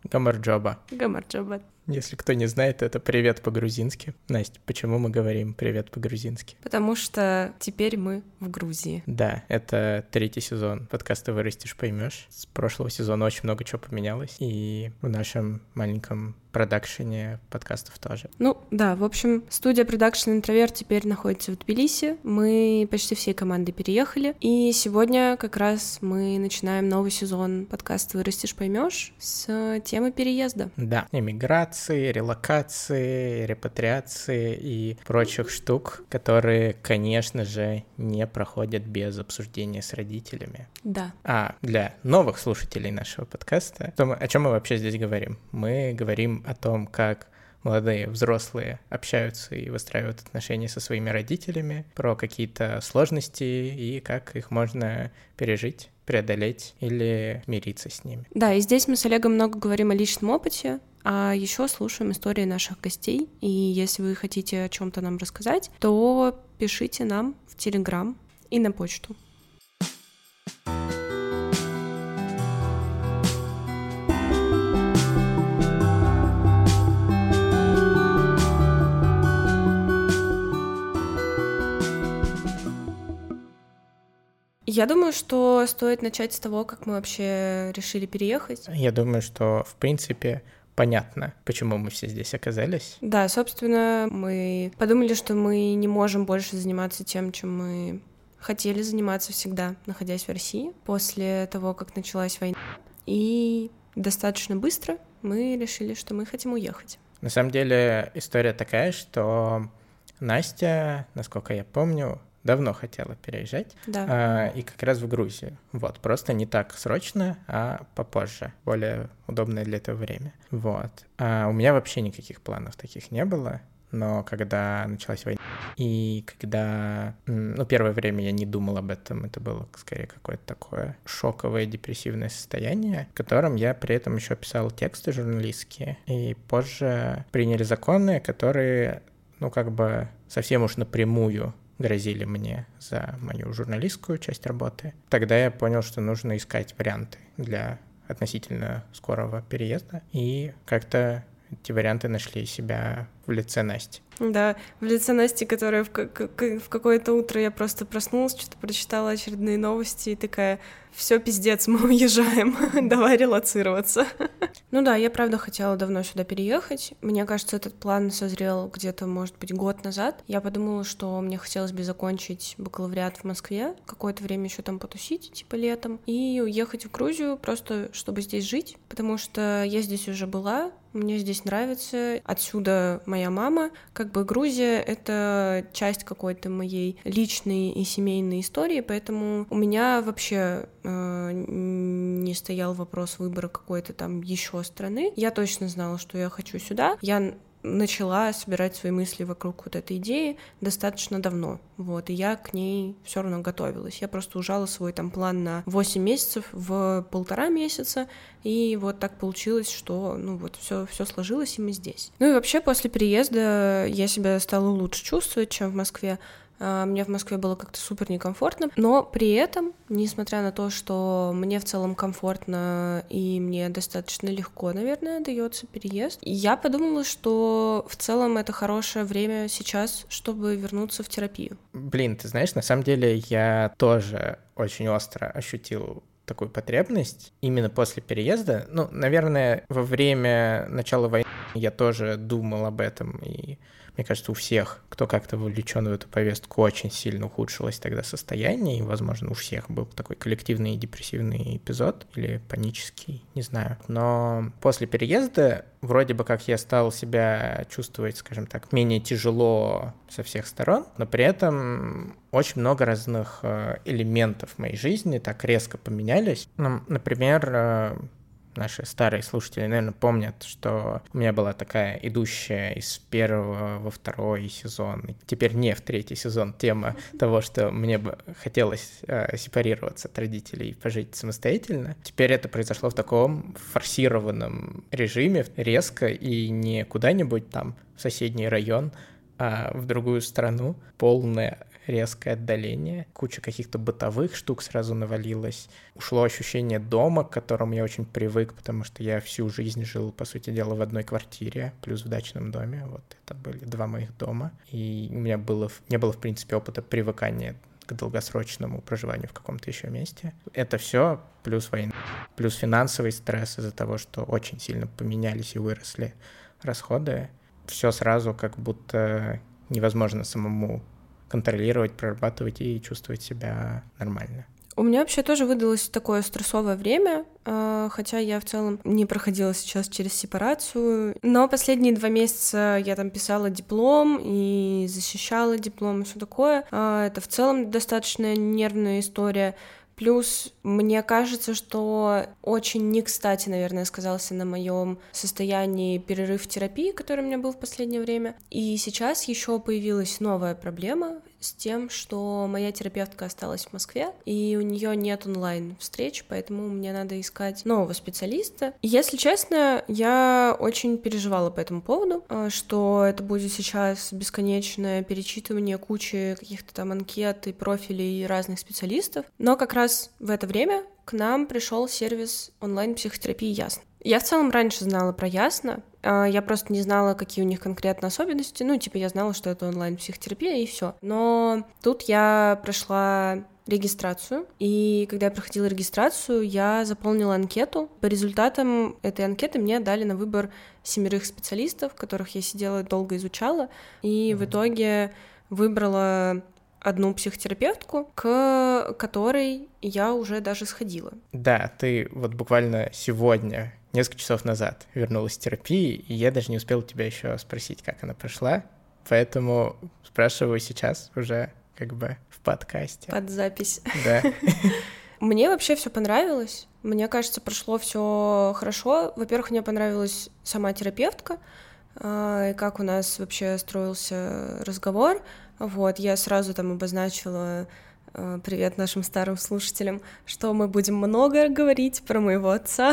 Гамарджоба. Гамарджоба. Если кто не знает, это привет по-грузински. Настя, почему мы говорим привет по-грузински? Потому что теперь мы в Грузии. Да, это 3-й сезон подкаста «Вырастешь, поймешь». С прошлого сезона очень много чего поменялось, и в нашем маленьком продакшене подкастов тоже. Ну да, в общем, студия Production Интроверт теперь находится в Тбилиси. Мы почти всей командой переехали. И сегодня как раз мы начинаем новый сезон подкаста «Вырастешь, поймешь» с темы переезда. Да, эмиграции, релокации, репатриации и прочих штук, которые, конечно же, не проходят без обсуждения с родителями. Да. А для новых слушателей нашего подкаста, о чем мы вообще здесь говорим? Мы говорим о том, как молодые взрослые общаются и выстраивают отношения со своими родителями, про какие-то сложности и как их можно пережить, преодолеть или мириться с ними. Да, и здесь мы с Олегом много говорим о личном опыте, а еще слушаем истории наших гостей. И если вы хотите о чем-то нам рассказать, то пишите нам в Телеграм и на почту. Я думаю, что стоит начать с того, как мы вообще решили переехать. Я думаю, что, в принципе, понятно, почему мы все здесь оказались. Да, собственно, мы подумали, что мы не можем больше заниматься тем, чем мы хотели заниматься всегда, находясь в России, после того, как началась война. И достаточно быстро мы решили, что мы хотим уехать. На самом деле история такая, что Настя, насколько я помню, давно хотела переезжать, да. И как раз в Грузию. Вот, просто не так срочно, а попозже, более удобное для этого время. Вот. У меня вообще никаких планов таких не было, но когда началась война, и когда, первое время я не думал об этом, это было скорее какое-то такое шоковое депрессивное состояние, в котором я при этом еще писал тексты журналистские, и позже приняли законы, которые, совсем уж напрямую грозили мне за мою журналистскую часть работы. Тогда я понял, что нужно искать варианты для относительно скорого переезда, и как-то эти варианты нашли себя в лице Насти. Да, в лице Насти, которая в какое-то утро я просто проснулась, что-то прочитала очередные новости и такая: все, пиздец, мы уезжаем, давай релоцироваться. Ну да, я правда хотела давно сюда переехать. Мне кажется, этот план созрел где-то, может быть, год назад. Я подумала, что мне хотелось бы закончить бакалавриат в Москве, какое-то время еще там потусить, типа летом, и уехать в Грузию просто, чтобы здесь жить, потому что я здесь уже была, мне здесь нравится, отсюда моя мама. Как бы Грузия — это часть какой-то моей личной и семейной истории, поэтому у меня вообще не стоял вопрос выбора какой-то там еще страны. Я точно знала, что я хочу сюда. Я начала собирать свои мысли вокруг вот этой идеи достаточно давно, вот, и я к ней все равно готовилась. Я просто ужала свой там план на 8 месяцев в 1,5 месяца, и вот так получилось, что, все сложилось, и мы здесь. Ну и вообще после переезда я себя стала лучше чувствовать, чем в Москве. Мне в Москве было как-то супер некомфортно, но при этом, несмотря на то, что мне в целом комфортно и мне достаточно легко, наверное, дается переезд, я подумала, что в целом это хорошее время сейчас, чтобы вернуться в терапию. Блин, ты знаешь, на самом деле я тоже очень остро ощутил такую потребность именно после переезда. Наверное, во время начала войны я тоже думал об этом, и мне кажется, у всех, кто как-то вовлечен в эту повестку, очень сильно ухудшилось тогда состояние, и, возможно, у всех был такой коллективный депрессивный эпизод, или панический, не знаю. Но после переезда вроде бы как я стал себя чувствовать, скажем так, менее тяжело со всех сторон, но при этом очень много разных элементов моей жизни так резко поменялись. Например, наши старые слушатели, наверное, помнят, что у меня была такая идущая из 1 во 2 сезон, и теперь не в 3 сезон, тема того, что мне бы хотелось сепарироваться от родителей и пожить самостоятельно. Теперь это произошло в таком форсированном режиме, резко, и не куда-нибудь там в соседний район, а в другую страну, полное резкое отдаление, куча каких-то бытовых штук сразу навалилась. Ушло ощущение дома, к которому я очень привык, потому что я всю жизнь жил, по сути дела, в одной квартире, плюс в дачном доме. Вот это были 2 моих дома. И у меня не было, в принципе, опыта привыкания к долгосрочному проживанию в каком-то еще месте. Это все плюс война, плюс финансовый стресс из-за того, что очень сильно поменялись и выросли расходы. Все сразу как будто невозможно самому контролировать, прорабатывать и чувствовать себя нормально. У меня вообще тоже выдалось такое стрессовое время, хотя я в целом не проходила сейчас через сепарацию, но последние 2 месяца я там писала диплом и защищала диплом и все такое. Это в целом достаточно нервная история. Плюс мне кажется, что очень не кстати, наверное, сказался на моем состоянии перерыв в терапии, который у меня был в последнее время. И сейчас еще появилась новая проблема с тем, что моя терапевтка осталась в Москве, и у нее нет онлайн-встреч, поэтому мне надо искать нового специалиста. И, если честно, я очень переживала по этому поводу, что это будет сейчас бесконечное перечитывание кучи каких-то там анкет и профилей разных специалистов. Но как раз в это время к нам пришел сервис онлайн-психотерапии «Ясно». Я в целом раньше знала про «Ясно», я просто не знала, какие у них конкретно особенности. Я знала, что это онлайн-психотерапия, и все. Но тут я прошла регистрацию, и когда я проходила регистрацию, я заполнила анкету. По результатам этой анкеты мне дали на выбор 7 специалистов, которых я сидела долго изучала, и в итоге выбрала одну психотерапевтку, к которой я уже даже сходила. Да, ты вот буквально сегодня, несколько часов назад, вернулась с терапии, и я даже не успел тебя еще спросить, как она прошла, поэтому спрашиваю сейчас уже как бы в подкасте. Под запись. Да. Мне вообще все понравилось. Мне кажется, прошло все хорошо. Во-первых, мне понравилась сама терапевтка, и как у нас вообще строился разговор. Вот, я сразу там обозначила, привет нашим старым слушателям, что мы будем много говорить про моего отца.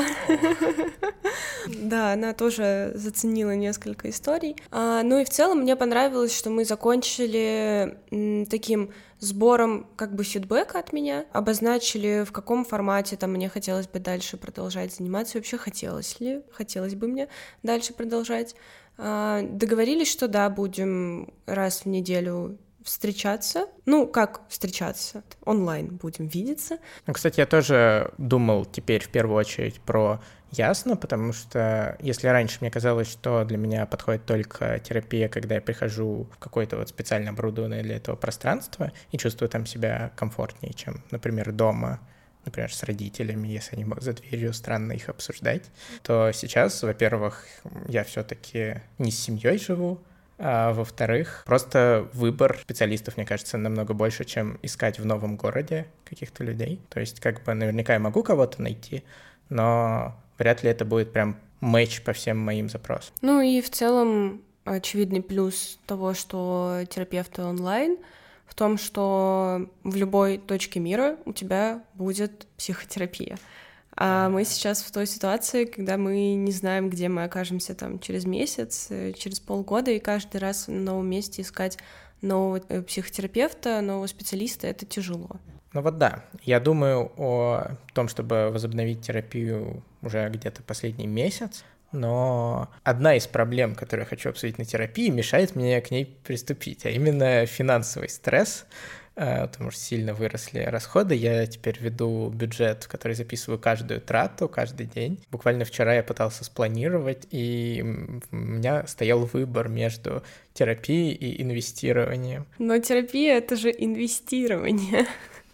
Да, она тоже заценила несколько историй. Ну и в целом мне понравилось, что мы закончили таким сбором как бы фидбэка от меня, обозначили, в каком формате там мне хотелось бы дальше продолжать заниматься, вообще хотелось бы мне дальше продолжать. Договорились, что да, будем раз в неделю встречаться. Ну, как встречаться? Онлайн будем видеться. Кстати, я тоже думал теперь в первую очередь про «Ясно», потому что если раньше мне казалось, что для меня подходит только терапия, когда я прихожу в какое-то вот специально оборудованное для этого пространство и чувствую там себя комфортнее, чем, например, дома, например, с родителями, если они за дверью, странно их обсуждать, то сейчас, во-первых, я все-таки не с семьей живу, а во-вторых, просто выбор специалистов, мне кажется, намного больше, чем искать в новом городе каких-то людей. То есть как бы наверняка я могу кого-то найти, но вряд ли это будет прям матч по всем моим запросам. Ну и в целом очевидный плюс того, что терапевты онлайн, в том, что в любой точке мира у тебя будет психотерапия. А мы сейчас в той ситуации, когда мы не знаем, где мы окажемся там через месяц, через полгода, и каждый раз на новом месте искать нового психотерапевта, нового специалиста — это тяжело. Ну вот да, я думаю о том, чтобы возобновить терапию уже где-то последний месяц, но одна из проблем, которую я хочу обсудить на терапии, мешает мне к ней приступить, а именно финансовый стресс, потому что сильно выросли расходы. Я теперь веду бюджет, в который записываю каждую трату, каждый день. Буквально вчера я пытался спланировать, и у меня стоял выбор между терапией и инвестированием. Но терапия — это же инвестирование.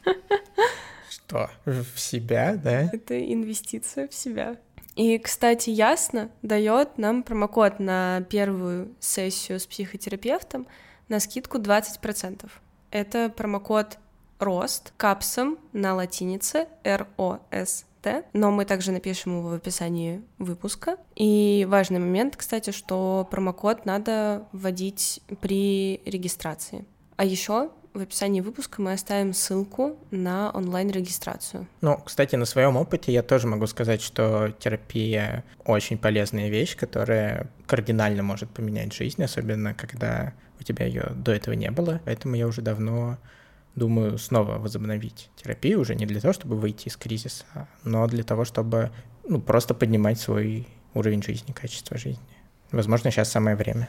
Что? В себя, да? Это инвестиция в себя. И, кстати, Ясно дает нам промокод на первую сессию с психотерапевтом на скидку 20%. Это промокод РОСТ, капсом на латинице, ROST, но мы также напишем его в описании выпуска. И важный момент, кстати, что промокод надо вводить при регистрации. А еще в описании выпуска мы оставим ссылку на онлайн-регистрацию. Ну, кстати, на своем опыте я тоже могу сказать, что терапия очень полезная вещь, которая кардинально может поменять жизнь, особенно когда у тебя ее до этого не было. Поэтому я уже давно думаю снова возобновить терапию, уже не для того, чтобы выйти из кризиса, но для того, чтобы просто поднимать свой уровень жизни, качество жизни. Возможно, сейчас самое время.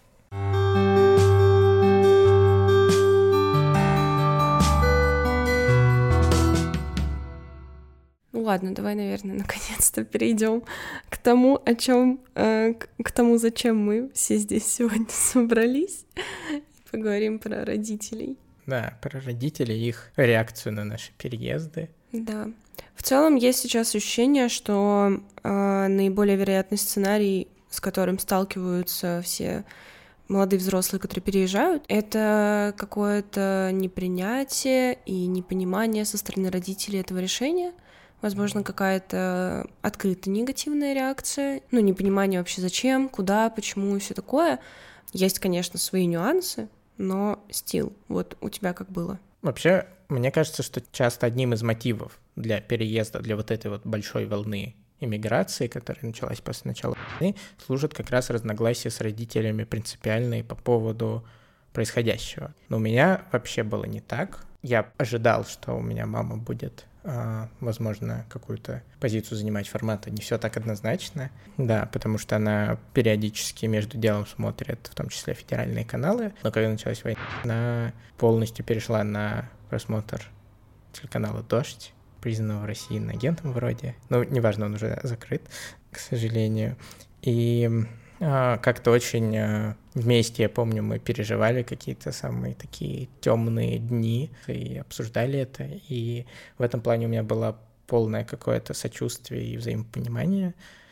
Ладно, давай, наверное, наконец-то перейдем к тому, к тому, зачем мы все здесь сегодня собрались, и поговорим про родителей. Да, про родителей, их реакцию на наши переезды. Да. В целом есть сейчас ощущение, что наиболее вероятный сценарий, с которым сталкиваются все молодые взрослые, которые переезжают, это какое-то непринятие и непонимание со стороны родителей этого решения. Возможно, какая-то открытая негативная реакция, непонимание вообще зачем, куда, почему и все такое. Есть, конечно, свои нюансы, но still. Вот у тебя как было? Вообще, мне кажется, что часто одним из мотивов для переезда, для вот этой вот большой волны иммиграции, которая началась после начала войны, служат как раз разногласия с родителями принципиальные по поводу происходящего. Но у меня вообще было не так. Я ожидал, что у меня мама будет, возможно, какую-то позицию занимать формата не все так однозначно. Да, потому что она периодически между делом смотрит, в том числе федеральные каналы. Но когда началась война, она полностью перешла на просмотр телеканала «Дождь», признанного в России иноагентом вроде. Неважно, он уже закрыт, к сожалению. И как-то очень вместе, я помню, мы переживали какие-то самые такие темные дни и обсуждали это. И в этом плане у меня было полное какое-то сочувствие и взаимопонимание.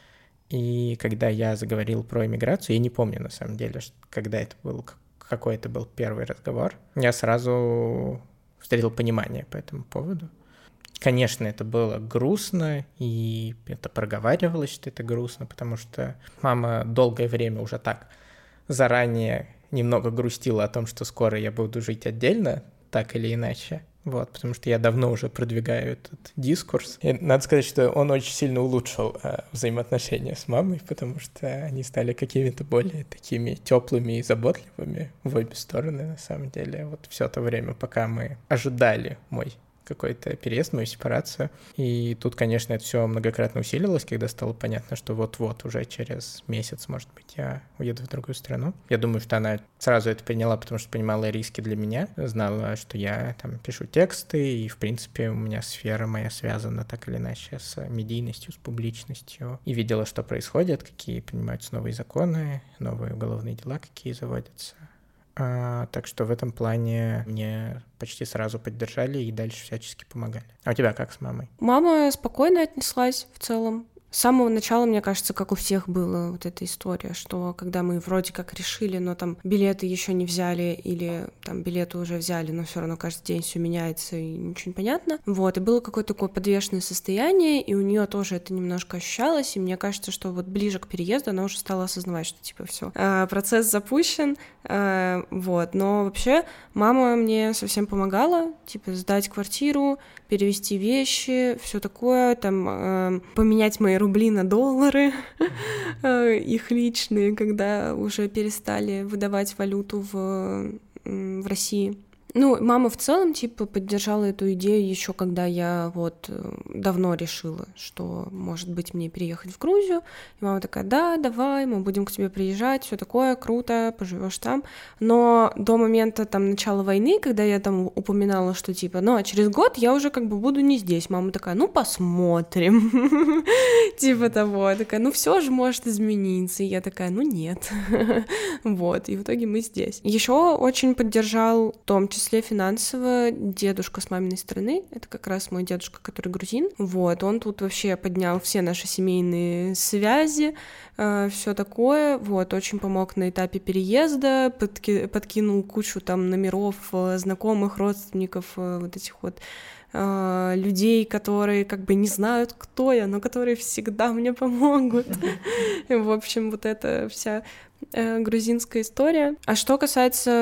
И когда я заговорил про иммиграцию, я не помню на самом деле, когда это был, какой это был первый разговор, я сразу встретил понимание по этому поводу. Конечно, это было грустно, и это проговаривалось, что это грустно, потому что мама долгое время уже так заранее немного грустила о том, что скоро я буду жить отдельно, так или иначе. Вот, потому что я давно уже продвигаю этот дискурс. И надо сказать, что он очень сильно улучшил взаимоотношения с мамой, потому что они стали какими-то более такими теплыми и заботливыми в обе стороны, на самом деле. Вот все то время, пока мы ожидали мой какой-то переезд, мою сепарацию. И тут, конечно, это все многократно усилилось, когда стало понятно, что вот-вот уже через месяц, может быть, я уеду в другую страну. Я думаю, что она сразу это приняла, потому что понимала риски для меня, знала, что я там пишу тексты, и, в принципе, у меня сфера моя связана так или иначе с медийностью, с публичностью, и видела, что происходит, какие принимаются новые законы, новые уголовные дела, какие заводятся. Так что в этом плане мне почти сразу поддержали и дальше всячески помогали. А у тебя как с мамой? Мама спокойно отнеслась в целом. С самого начала, мне кажется, как у всех была вот эта история, что когда мы вроде как решили, но там билеты еще не взяли или там билеты уже взяли, но все равно каждый день все меняется и ничего не понятно. Вот, и было какое-то такое подвешенное состояние, и у нее тоже это немножко ощущалось, и мне кажется, что вот ближе к переезду она уже стала осознавать, что типа все, процесс запущен, вот. Но вообще мама мне совсем помогала, типа сдать квартиру, перевести вещи, все такое, там поменять мои рубли на доллары, их личные, когда уже перестали выдавать валюту в России. Мама в целом, типа, поддержала эту идею еще когда я вот давно решила, что, может быть, мне переехать в Грузию. И мама такая: да, давай, мы будем к тебе приезжать, все такое, круто, поживешь там. Но до момента там начала войны, когда я там упоминала, что типа, а через год я уже как бы буду не здесь. Мама такая: посмотрим. Типа того. Такая: все же может измениться. И я такая: нет. Вот, и в итоге мы здесь. Еще очень поддержал, в том числе финансово, дедушка с маминой стороны. Это как раз мой дедушка, который грузин. Вот, он тут вообще поднял все наши семейные связи, все такое. Вот, очень помог на этапе переезда, подкинул кучу там номеров знакомых, родственников, вот этих вот людей, которые как бы не знают, кто я, но которые всегда мне помогут. В общем, вот это вся грузинская история. А что касается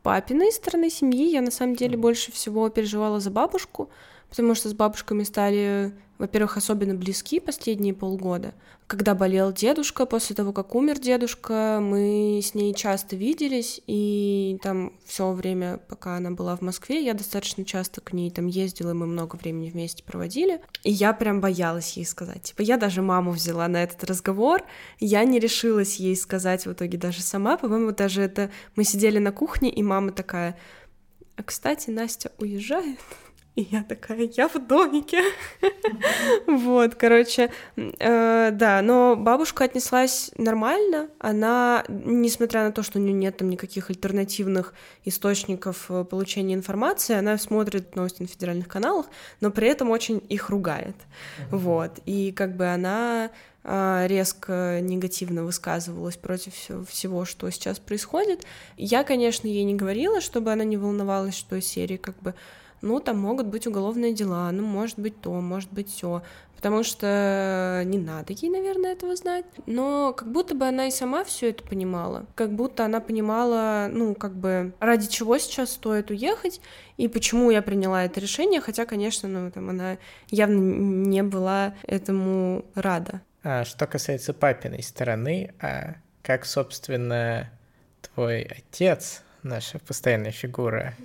папиной стороны семьи я на самом деле больше всего переживала за бабушку, потому что с бабушками стали, во-первых, особенно близки последние полгода. Когда болел дедушка, после того, как умер дедушка, мы с ней часто виделись, и там все время, пока она была в Москве, я достаточно часто к ней там ездила, и мы много времени вместе проводили, и я прям боялась ей сказать. Типа, я даже маму взяла на этот разговор, я не решилась ей сказать в итоге даже сама, по-моему, даже это... Мы сидели на кухне, и мама такая: «А, кстати, Настя уезжает». И я такая: я в домике. Вот, короче, да, но бабушка отнеслась нормально. Она, несмотря на то, что у нее нет там никаких альтернативных источников получения информации, она смотрит новости на федеральных каналах, но при этом очень их ругает. Вот, и как бы она резко негативно высказывалась против всего, что сейчас происходит. Я, конечно, ей не говорила, чтобы она не волновалась, что из серии как бы... Ну, там могут быть уголовные дела, ну, может быть то, может быть все, потому что не надо ей, наверное, этого знать. Но как будто бы она и сама все это понимала, как будто она понимала, ну, как бы ради чего сейчас стоит уехать и почему я приняла это решение, хотя, конечно, ну, там она явно не была этому рада. А что касается папиной стороны, как, собственно, твой отец, наша постоянная фигура,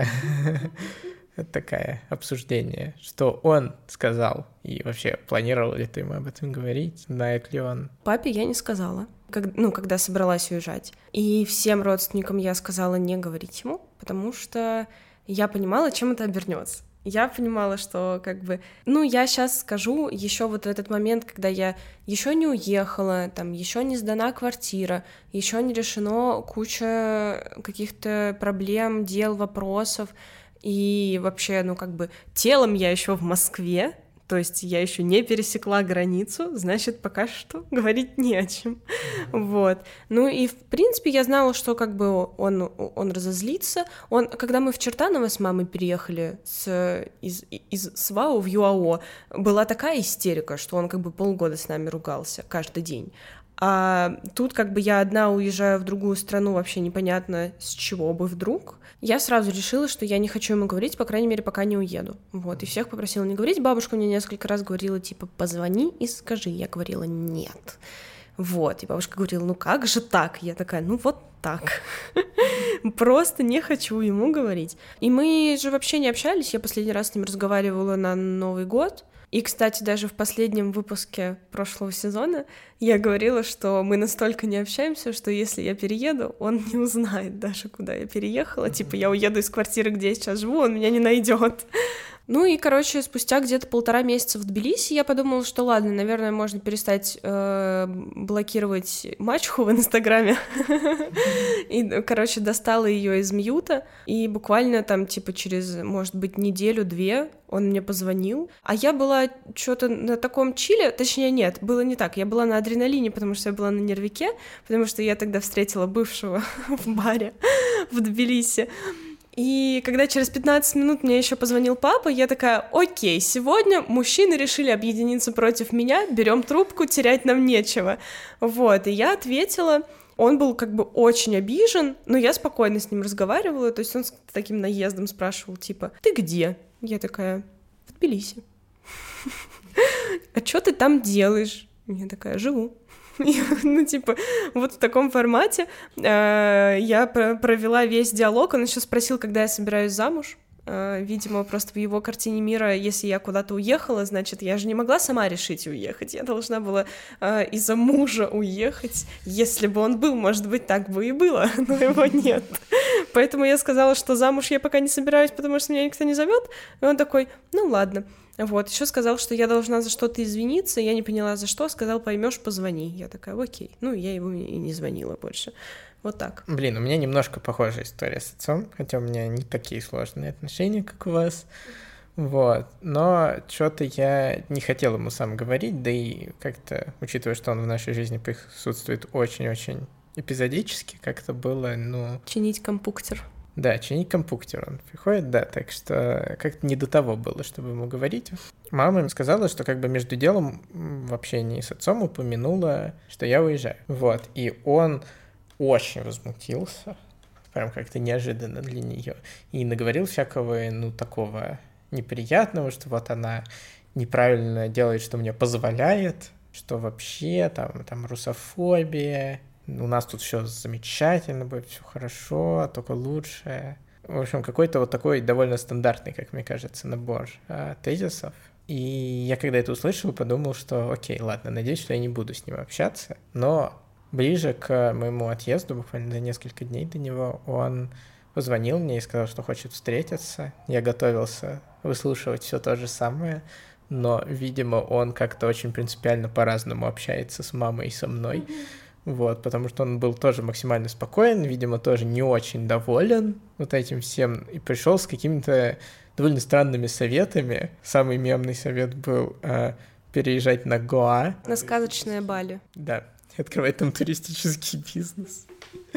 такое обсуждение, что он сказал, и вообще планировал ли ты ему об этом говорить, знает ли он? Папе я не сказала, когда собралась уезжать. И всем родственникам я сказала не говорить ему, потому что я понимала, чем это обернется. Я понимала, что как бы, ну, я сейчас скажу еще вот в этот момент, когда я еще не уехала, там, еще не сдана квартира, еще не решено куча каких-то проблем, дел, вопросов, и вообще, ну, как бы, телом я еще в Москве, то есть я еще не пересекла границу, значит, пока что говорить не о чем. Вот. Ну и, в принципе, я знала, что как бы он разозлится. Когда мы в Чертаново с мамой переехали из СВАУ в ЮАО, была такая истерика, что он как бы полгода с нами ругался каждый день. А тут как бы я одна уезжаю в другую страну, вообще непонятно с чего бы вдруг. Я сразу решила, что я не хочу ему говорить, по крайней мере, пока не уеду. Вот, и всех попросила не говорить. Бабушка мне несколько раз говорила, типа, позвони и скажи. Я говорила, нет. Вот, и бабушка говорила, ну как же так? Я такая, ну вот так. Просто не хочу ему говорить. И мы же вообще не общались, я последний раз с ним разговаривала на Новый год. И, кстати, даже в последнем выпуске прошлого сезона я говорила, что мы настолько не общаемся, что если я перееду, он не узнает даже, куда я переехала. Типа, я уеду из квартиры, где я сейчас живу, он меня не найдет. Ну и, короче, спустя где-то 1,5 месяца в Тбилиси я подумала, что ладно, наверное, можно перестать блокировать мачеху в Инстаграме. И, короче, достала ее из мьюта, и буквально там, типа, через, может быть, неделю-две он мне позвонил, а я была что-то на таком чиле, точнее, нет, было не так, я была на адреналине, потому что я была на нервике, потому что я тогда встретила бывшего в баре в Тбилиси. И когда через 15 минут мне еще позвонил папа, я такая, окей, сегодня мужчины решили объединиться против меня, берем трубку, терять нам нечего. Вот, и я ответила, он был как бы очень обижен, но я спокойно с ним разговаривала, то есть он с таким наездом спрашивал, типа, ты где? Я такая, в Тбилиси. А что ты там делаешь? Я такая, живу. Ну, типа, вот в таком формате я провела весь диалог. Он еще спросил, когда я собираюсь замуж. Видимо, просто в его картине мира, если я куда-то уехала, значит, я же не могла сама решить уехать. Я должна была из-за мужа уехать. Если бы он был, может быть, так бы и было, но его нет. Поэтому я сказала, что замуж я пока не собираюсь, потому что меня никто не зовет. И он такой, ну ладно. Вот, еще сказал, что я должна за что-то извиниться, я не поняла за что, сказал, поймешь, позвони. Я такая, окей. Ну, я ему и не звонила больше. Вот так. Блин, у меня немножко похожая история с отцом, хотя у меня не такие сложные отношения, как у вас. Вот, но что-то я не хотел ему сам говорить, да и как-то, учитывая, что он в нашей жизни присутствует очень-очень эпизодически, как-то было, ну... Чинить компьютер. Да, чинить компьютер он приходит, да, так что как-то не до того было, чтобы ему говорить. Мама им сказала, что как бы между делом в общении с отцом упомянула, что я уезжаю. Вот, и он очень возмутился, прям как-то неожиданно для нее. И наговорил всякого, такого неприятного, что вот она неправильно делает, что мне позволяет, что вообще там русофобия, у нас тут все замечательно будет, все хорошо, только лучше. В общем, какой-то вот такой довольно стандартный, как мне кажется, набор тезисов. И я когда это услышал, подумал, что окей, ладно, надеюсь, что я не буду с ним общаться. Но ближе к моему отъезду, буквально за несколько дней до него, он позвонил мне и сказал, что хочет встретиться. Я готовился выслушивать все то же самое, но, видимо, он как-то очень принципиально по-разному общается с мамой и со мной. Вот, потому что он был тоже максимально спокоен, видимо, тоже не очень доволен вот этим всем, и пришел с какими-то довольно странными советами. Самый мемный совет был переезжать на Гоа. На сказочное Бали. Да, открывать там туристический бизнес.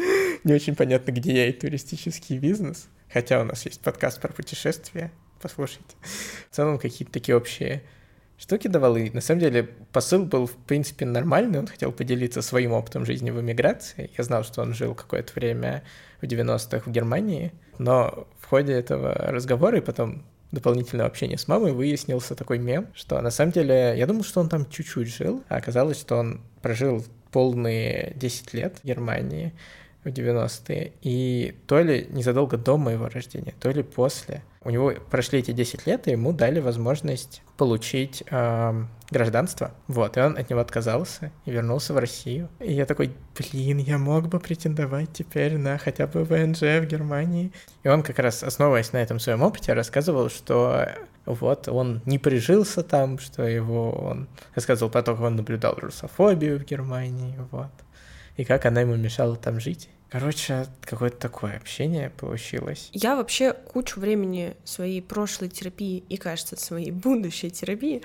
Не очень понятно, где я и туристический бизнес, хотя у нас есть подкаст про путешествия, послушайте. В целом какие-то такие общие штуки давал, и на самом деле посыл был, в принципе, нормальный, он хотел поделиться своим опытом жизни в эмиграции. Я знал, что он жил какое-то время в 90-х в Германии, но в ходе этого разговора и потом дополнительного общения с мамой выяснился такой мем, что на самом деле я думал, что он там чуть-чуть жил, а оказалось, что он прожил полные 10 лет в Германии в 90-е, и то ли незадолго до моего рождения, то ли после. У него прошли эти 10 лет, и ему дали возможность получить гражданство. Вот, и он от него отказался и вернулся в Россию. И я такой, я мог бы претендовать теперь на хотя бы ВНЖ в Германии. И он как раз, основываясь на этом своем опыте, рассказывал, что вот он не прижился там, что он рассказывал про то, как он наблюдал русофобию в Германии, вот. И как она ему мешала там жить. Короче, какое-то такое общение получилось. Я вообще кучу времени своей прошлой терапии и, кажется, своей будущей терапии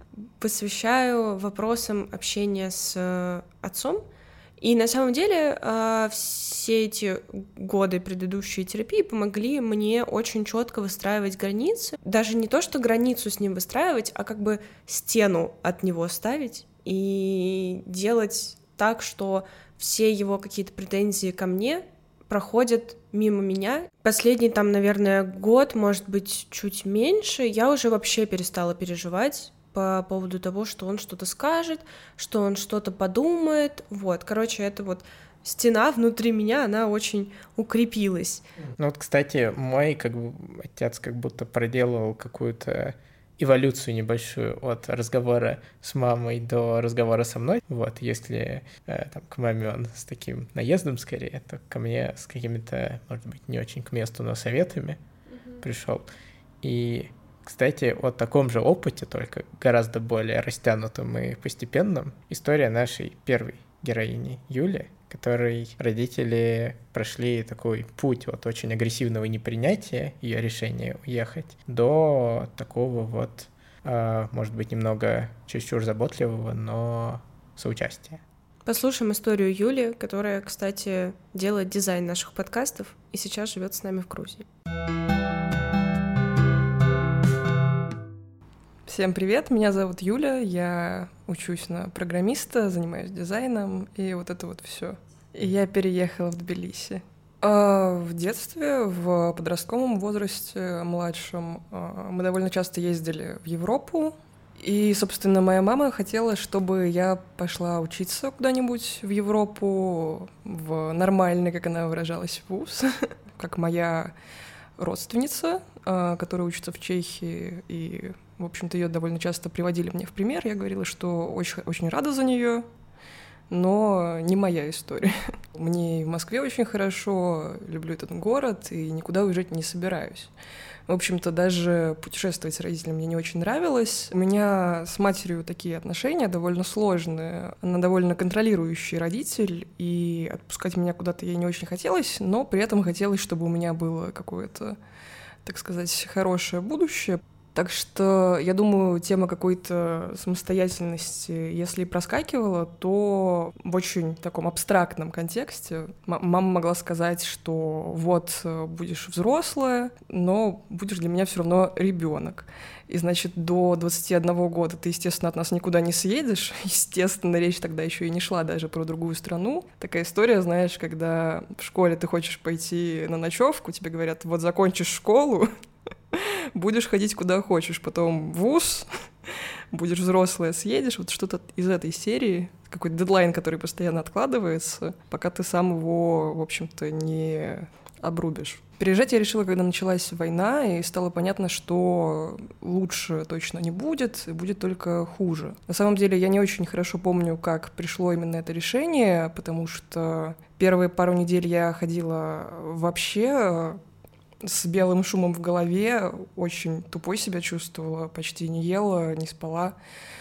посвящаю вопросам общения с отцом. И на самом деле все эти годы предыдущей терапии помогли мне очень четко выстраивать границы. Даже не то, что границу с ним выстраивать, а как бы стену от него ставить и делать так, что все его какие-то претензии ко мне проходят мимо меня. Последний там, наверное, год, может быть, чуть меньше, я уже вообще перестала переживать по поводу того, что он что-то скажет, что он что-то подумает. Вот, короче, это вот стена внутри меня, она очень укрепилась. Ну вот, кстати, мой отец как будто проделал какую-то эволюцию небольшую от разговора с мамой до разговора со мной. Вот, если там, к маме он с таким наездом скорее, то ко мне с какими-то, может быть, не очень к месту, но советами пришел. И, кстати, о таком же опыте, только гораздо более растянутом и постепенном, история нашей первой героини Юли, которой родители прошли такой путь от очень агрессивного непринятия ее решения уехать до такого вот, может быть, немного чересчур заботливого, но соучастия. Послушаем историю Юли, которая, кстати, делает дизайн наших подкастов и сейчас живет с нами в Грузии. Всем привет, меня зовут Юля, я учусь на программиста, занимаюсь дизайном и вот это вот все. И я переехала в Тбилиси. В детстве, в подростковом возрасте, младшем, мы довольно часто ездили в Европу. И, собственно, моя мама хотела, чтобы я пошла учиться куда-нибудь в Европу, в нормальный, как она выражалась, вуз, как моя родственница, которая учится в Чехии, и, в общем-то, ее довольно часто приводили мне в пример. Я говорила, что очень, очень рада за нее, но не моя история. Мне и в Москве очень хорошо, люблю этот город, и никуда уезжать не собираюсь. В общем-то, даже путешествовать с родителями мне не очень нравилось. У меня с матерью такие отношения довольно сложные. Она довольно контролирующий родитель, и отпускать меня куда-то ей не очень хотелось, но при этом хотелось, чтобы у меня было какое-то, так сказать, хорошее будущее. Так что, я думаю, тема какой-то самостоятельности, если и проскакивала, то в очень таком абстрактном контексте. Мама могла сказать, что вот будешь взрослая, но будешь для меня все равно ребенок. И, значит, до 21 года ты, естественно, от нас никуда не съедешь. Естественно, речь тогда еще и не шла даже про другую страну. Такая история, знаешь, когда в школе ты хочешь пойти на ночевку, тебе говорят, вот закончишь школу, будешь ходить куда хочешь, потом в вуз, будешь взрослая, съедешь, вот что-то из этой серии, какой-то дедлайн, который постоянно откладывается, пока ты сам его, в общем-то, не обрубишь. Переезжать я решила, когда началась война, и стало понятно, что лучше точно не будет, и будет только хуже. На самом деле, я не очень хорошо помню, как пришло именно это решение, потому что первые пару недель я ходила вообще с белым шумом в голове, очень тупой себя чувствовала, почти не ела, не спала.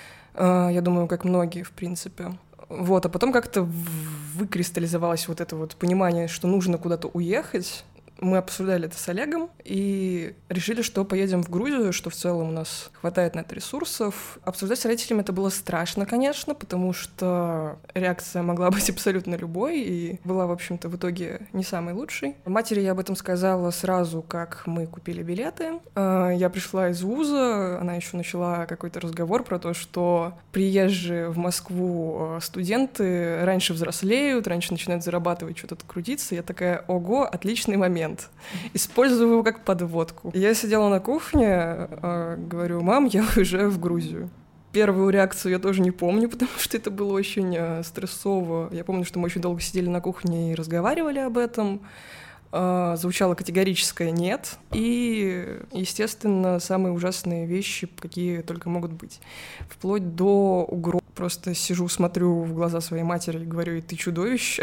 Я думаю, как многие, в принципе. Вот, а потом как-то выкристаллизовалось вот это вот понимание, что нужно куда-то уехать. Мы обсуждали это с Олегом и решили, что поедем в Грузию, что в целом у нас хватает на это ресурсов. Обсуждать с родителями это было страшно, конечно, потому что реакция могла быть абсолютно любой и была, в общем-то, в итоге не самой лучшей. Матери я об этом сказала сразу, как мы купили билеты. Я пришла из вуза, она еще начала какой-то разговор про то, что приезжие в Москву студенты раньше взрослеют, раньше начинают зарабатывать, что-то крутиться. Я такая, ого, отличный момент. Использую его как подводку. Я сидела на кухне, говорю, мам, я уезжаю в Грузию. Первую реакцию я тоже не помню, потому что это было очень стрессово. Я помню, что мы очень долго сидели на кухне и разговаривали об этом. Звучало категорическое «нет». И, естественно, самые ужасные вещи, какие только могут быть. Вплоть до угроз. Просто сижу, смотрю в глаза своей матери и говорю, и ты чудовище.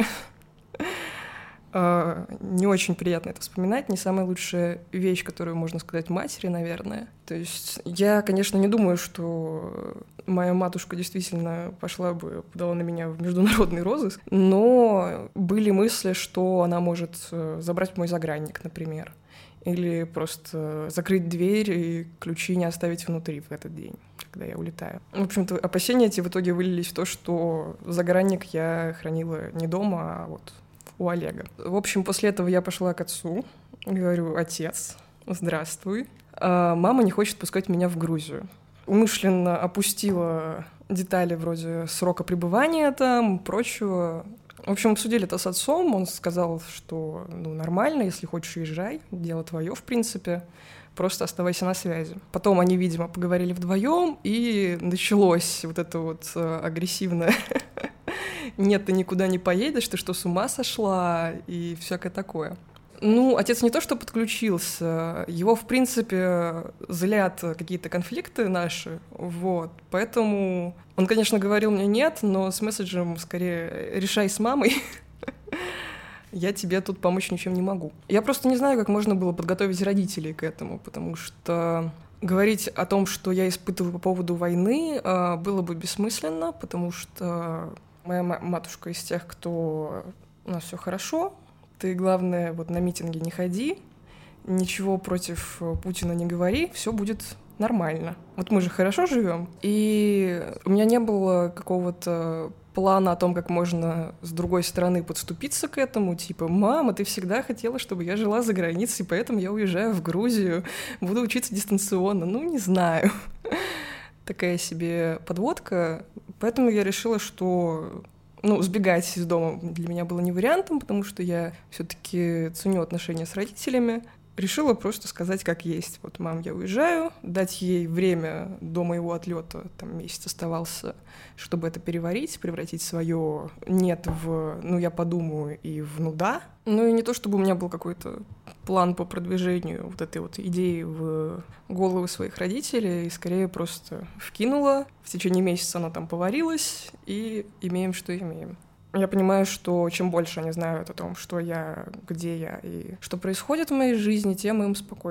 Не очень приятно это вспоминать, не самая лучшая вещь, которую можно сказать матери, наверное. То есть я, конечно, не думаю, что моя матушка действительно пошла бы, подала на меня в международный розыск, но были мысли, что она может забрать мой загранник, например, или просто закрыть дверь и ключи не оставить внутри в этот день, когда я улетаю. В общем-то, опасения эти в итоге вылились в то, что загранник я хранила не дома, а вот у Олега. В общем, после этого я пошла к отцу, говорю, отец, здравствуй. Мама не хочет пускать меня в Грузию. Умышленно опустила детали вроде срока пребывания там, прочего. В общем, обсудили это с отцом, он сказал, что нормально, если хочешь, езжай, дело твое, в принципе, просто оставайся на связи. Потом они, видимо, поговорили вдвоем, и началось вот это вот агрессивное «нет, ты никуда не поедешь, ты что, с ума сошла?» и всякое такое. Отец не то что подключился, его, в принципе, злят какие-то конфликты наши, вот, поэтому он, конечно, говорил мне «нет», но с месседжем скорее «решай с мамой», я тебе тут помочь ничем не могу. Я просто не знаю, как можно было подготовить родителей к этому, потому что говорить о том, что я испытываю по поводу войны, было бы бессмысленно, потому что моя матушка из тех, кто у нас все хорошо, ты, главное, вот на митинги не ходи, ничего против Путина не говори, все будет нормально. Вот мы же хорошо живем, и у меня не было какого-то плана о том, как можно с другой стороны подступиться к этому, типа, мама, ты всегда хотела, чтобы я жила за границей, поэтому я уезжаю в Грузию, буду учиться дистанционно. Не знаю. Такая себе подводка. Поэтому я решила, что сбегать из дома для меня было не вариантом, потому что я все-таки ценю отношения с родителями. Решила просто сказать, как есть. Вот, мам, я уезжаю, дать ей время до моего отлета, там месяц оставался, чтобы это переварить, превратить свое «нет» в «я подумаю» и в «ну да». И не то, чтобы у меня был какой-то план по продвижению вот этой вот идеи в головы своих родителей, и скорее просто вкинула. В течение месяца она там поварилась, и имеем, что имеем. Я понимаю, что чем больше они знают о том, что я, где я и что происходит в моей жизни, тем им спокойнее.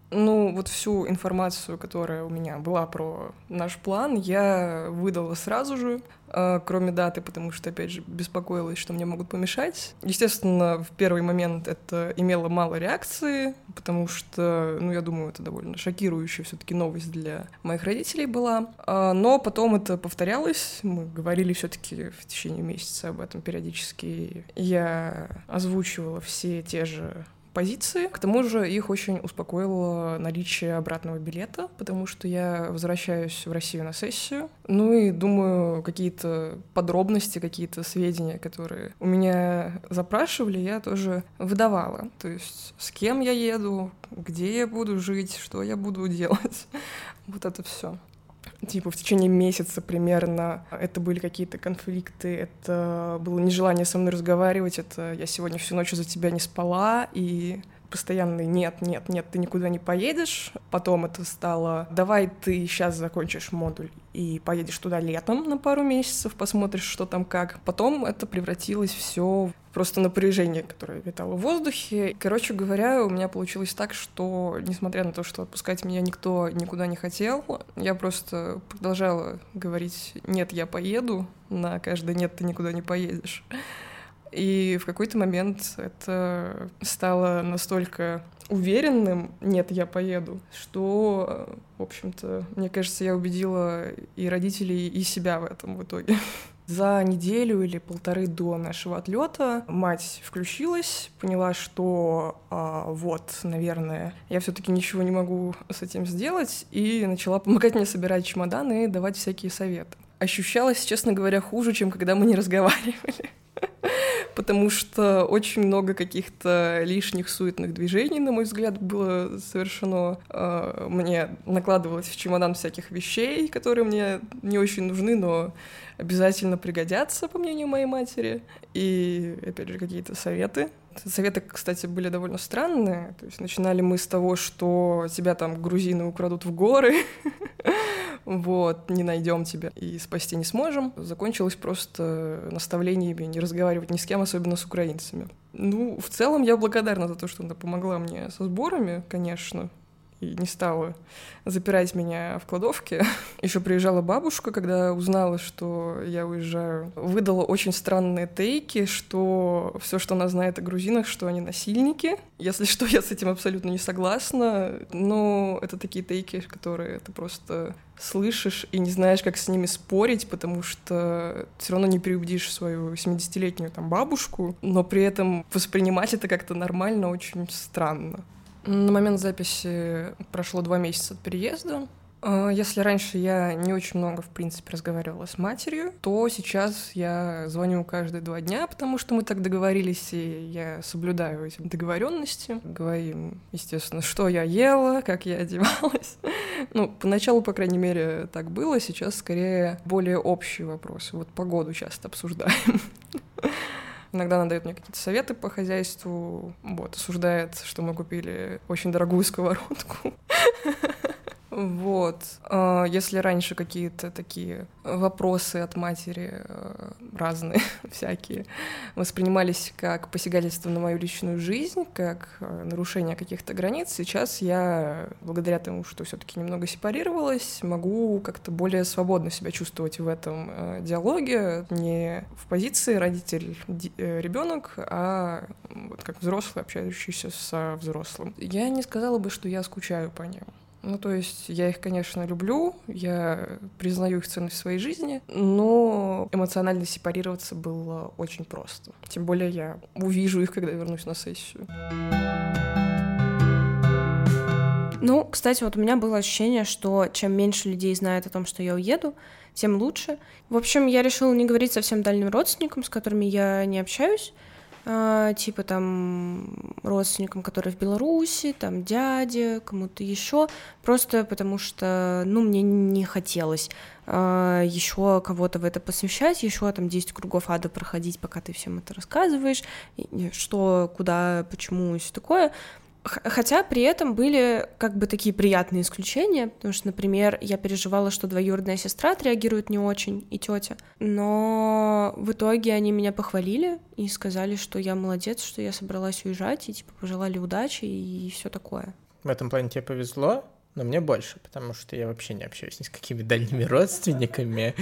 Ну, вот всю информацию, которая у меня была про наш план, я выдала сразу же, кроме даты, потому что, опять же, беспокоилась, что мне могут помешать. Естественно, в первый момент это имело мало реакции, потому что, ну, я думаю, это довольно шокирующая все-таки новость для моих родителей была. Но потом это повторялось, мы говорили все-таки в течение месяца об этом периодически. Я озвучивала все те же позиции. К тому же их очень успокоило наличие обратного билета, потому что я возвращаюсь в Россию на сессию. Ну и думаю, какие-то подробности, какие-то сведения, которые у меня запрашивали, я тоже выдавала. То есть с кем я еду, где я буду жить, что я буду делать. Вот это все. Типа в течение месяца примерно это были какие-то конфликты, это было нежелание со мной разговаривать, это я сегодня всю ночь за тебя не спала, и постоянный нет, ты никуда не поедешь. Потом это стало давай ты сейчас закончишь модуль и поедешь туда летом на пару месяцев, посмотришь, что там как. Потом это превратилось все просто напряжение, которое витало в воздухе. Короче говоря, у меня получилось так, что, несмотря на то, что отпускать меня никто никуда не хотел, я просто продолжала говорить «нет, я поеду», на каждое «нет, ты никуда не поедешь». И в какой-то момент это стало настолько уверенным «нет, я поеду», что, в общем-то, мне кажется, я убедила и родителей, и себя в этом в итоге. За неделю или полторы до нашего отлета мать включилась, поняла, что вот, наверное, я все-таки ничего не могу с этим сделать, и начала помогать мне собирать чемоданы и давать всякие советы. Ощущалось, честно говоря, хуже, чем когда мы не разговаривали. Потому что очень много каких-то лишних суетных движений, на мой взгляд, было совершено. Мне накладывалось в чемодан всяких вещей, которые мне не очень нужны, но обязательно пригодятся, по мнению моей матери. И, опять же, какие-то советы. Советы, кстати, были довольно странные. То есть начинали мы с того, что тебя там грузины украдут в горы, вот, не найдем тебя и спасти не сможем. Закончилось просто наставлениями не разговаривать ни с кем, особенно с украинцами. Ну, в целом я благодарна за то, что она помогла мне со сборами, конечно, и не стала запирать меня в кладовке. Еще приезжала бабушка, когда узнала, что я уезжаю. Выдала очень странные тейки, что все, что она знает о грузинах, что они насильники. Если что, я с этим абсолютно не согласна. Но это такие тейки, которые ты просто слышишь и не знаешь, как с ними спорить, потому что все равно не переубедишь свою 70-летнюю там бабушку, но при этом воспринимать это как-то нормально очень странно. На момент записи прошло 2 месяца от переезда. Если раньше я не очень много, в принципе, разговаривала с матерью, то сейчас я звоню каждые 2 дня, потому что мы так договорились, и я соблюдаю эти договоренности. Говорим, естественно, что я ела, как я одевалась. Ну, поначалу, по крайней мере, так было, сейчас скорее более общие вопросы. Вот погоду часто обсуждаем. Иногда она дает мне какие-то советы по хозяйству, вот, осуждает, что мы купили очень дорогую сковородку. Вот. Если раньше какие-то такие вопросы от матери разные, всякие, воспринимались как посягательство на мою личную жизнь, как нарушение каких-то границ, сейчас я, благодаря тому, что все-таки немного сепарировалась, могу как-то более свободно себя чувствовать в этом диалоге, не в позиции родитель-ребенок, а вот как взрослый, общающийся со взрослым. Я не сказала бы, что я скучаю по ним. Ну, то есть я их, конечно, люблю, я признаю их ценность в своей жизни, но эмоционально сепарироваться было очень просто. Тем более я увижу их, когда вернусь на сессию. Ну, кстати, вот у меня было ощущение, что чем меньше людей знает о том, что я уеду, тем лучше. В общем, я решила не говорить совсем дальним родственникам, с которыми я не общаюсь, типа там родственникам, которые в Беларуси, там дяде, кому-то еще, просто потому что, ну, мне не хотелось еще кого-то в это посвящать, еще там 10 кругов ада проходить, пока ты всем это рассказываешь, что, куда, почему и все такое. Хотя при этом были как бы такие приятные исключения, потому что, например, я переживала, что двоюродная сестра отреагирует не очень, и тетя, но в итоге они меня похвалили и сказали, что я молодец, что я собралась уезжать, и типа пожелали удачи и все такое. В этом плане тебе повезло, но мне больше, потому что я вообще не общаюсь ни с какими дальними родственниками.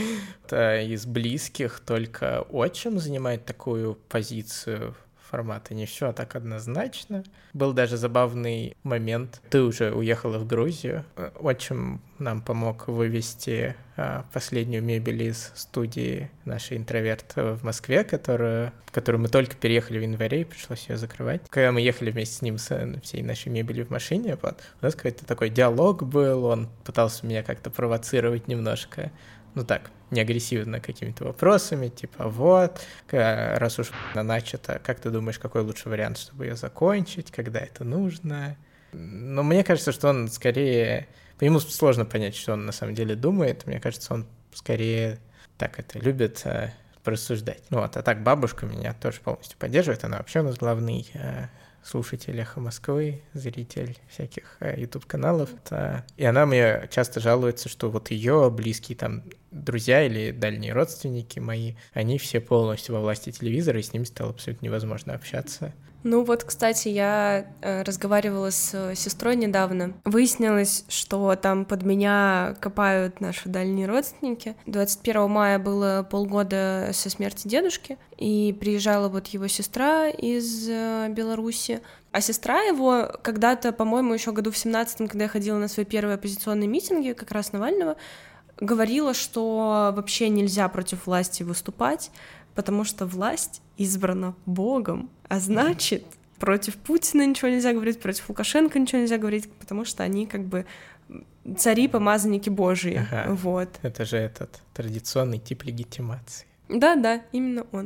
Из близких только отчим занимает такую позицию формата не все так однозначно. Был даже забавный момент. Ты уже уехала в Грузию. Отчим нам помог вывести последнюю мебель из студии нашей «Интроверт» в Москве, которую мы только переехали в январе, и пришлось ее закрывать. Когда мы ехали вместе с ним с всей нашей мебелью в машине, у нас какой-то такой диалог был, он пытался меня как-то провоцировать немножко. Так, не агрессивно какими-то вопросами, типа вот, раз уж начато, как ты думаешь, какой лучший вариант, чтобы ее закончить, когда это нужно? Но мне кажется, что он скорее... По нему сложно понять, что он на самом деле думает. Мне кажется, он скорее так это любит порассуждать. А так бабушка меня тоже полностью поддерживает. Она вообще у нас главный слушатель «Эхо Москвы», зритель всяких YouTube-каналов. И она мне часто жалуется, что вот ее близкие там друзья или дальние родственники мои, они все полностью во власти телевизора, и с ними стало абсолютно невозможно общаться. Кстати, я разговаривала с сестрой недавно. Выяснилось, что там под меня копают наши дальние родственники. 21 мая было полгода со смерти дедушки, и приезжала вот его сестра из Беларуси. А сестра его когда-то, по-моему, еще году в 17-м, когда я ходила на свои первые оппозиционные митинги, как раз Навального, говорила, что вообще нельзя против власти выступать, потому что власть избрана Богом, а значит, против Путина ничего нельзя говорить, против Лукашенко ничего нельзя говорить, потому что они как бы цари, помазанники Божьи. Ага. Вот. Это же этот традиционный тип легитимации. Да, именно он.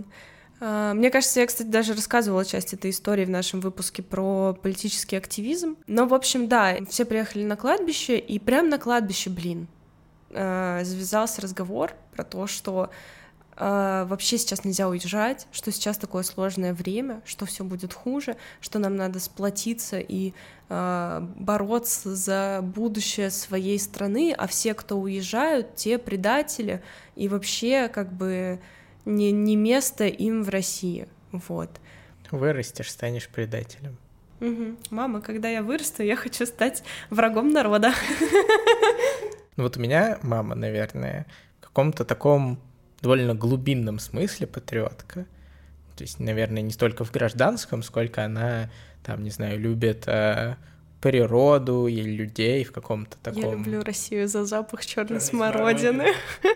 Мне кажется, я, кстати, даже рассказывала часть этой истории в нашем выпуске про политический активизм. Но, в общем, да, все приехали на кладбище, и прямо на кладбище, завязался разговор про то, что вообще сейчас нельзя уезжать, что сейчас такое сложное время, что все будет хуже, что нам надо сплотиться и бороться за будущее своей страны, а все, кто уезжают, те предатели, и вообще как бы не место им в России. Вот. Вырастешь, станешь предателем. Угу. Мама, когда я вырасту, я хочу стать врагом народа. Вот у меня мама, наверное, в каком-то таком довольно глубинном смысле патриотка. То есть, наверное, не столько в гражданском, сколько она, там, не знаю, любит природу и людей в каком-то таком... Я люблю Россию за запах черной смородины.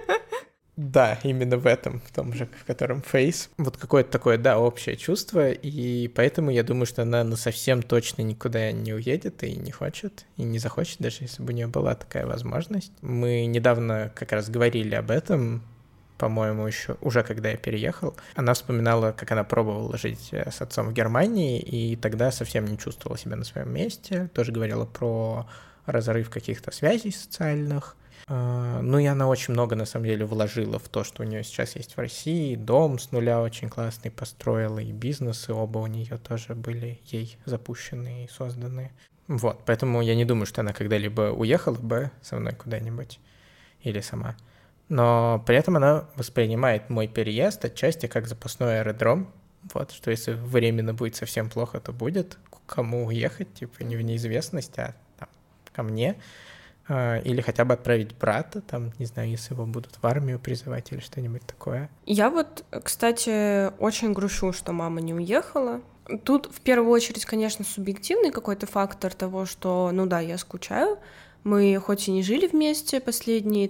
Да, именно в том же, в котором Фейс. Вот какое-то такое, да, общее чувство, и поэтому я думаю, что она совсем точно никуда не уедет и не хочет, и не захочет, даже если бы у нее была такая возможность. Мы недавно как раз говорили об этом, по-моему, еще уже когда я переехал. Она вспоминала, как она пробовала жить с отцом в Германии, и тогда совсем не чувствовала себя на своем месте. Тоже говорила про разрыв каких-то связей социальных. И она очень много, на самом деле, вложила в то, что у нее сейчас есть в России. Дом с нуля очень классный построила, и бизнесы оба у нее тоже были ей запущены и созданы. Вот, поэтому я не думаю, что она когда-либо уехала бы со мной куда-нибудь или сама. Но при этом она воспринимает мой переезд отчасти как запасной аэродром. Вот, что если временно будет совсем плохо, то будет к кому уехать, типа не в неизвестность, а там, ко мне. Или хотя бы отправить брата, там, не знаю, если его будут в армию призывать или что-нибудь такое. Я вот, кстати, очень грущу, что мама не уехала. Тут в первую очередь, конечно, субъективный какой-то фактор того, что, я скучаю. Мы хоть и не жили вместе последние,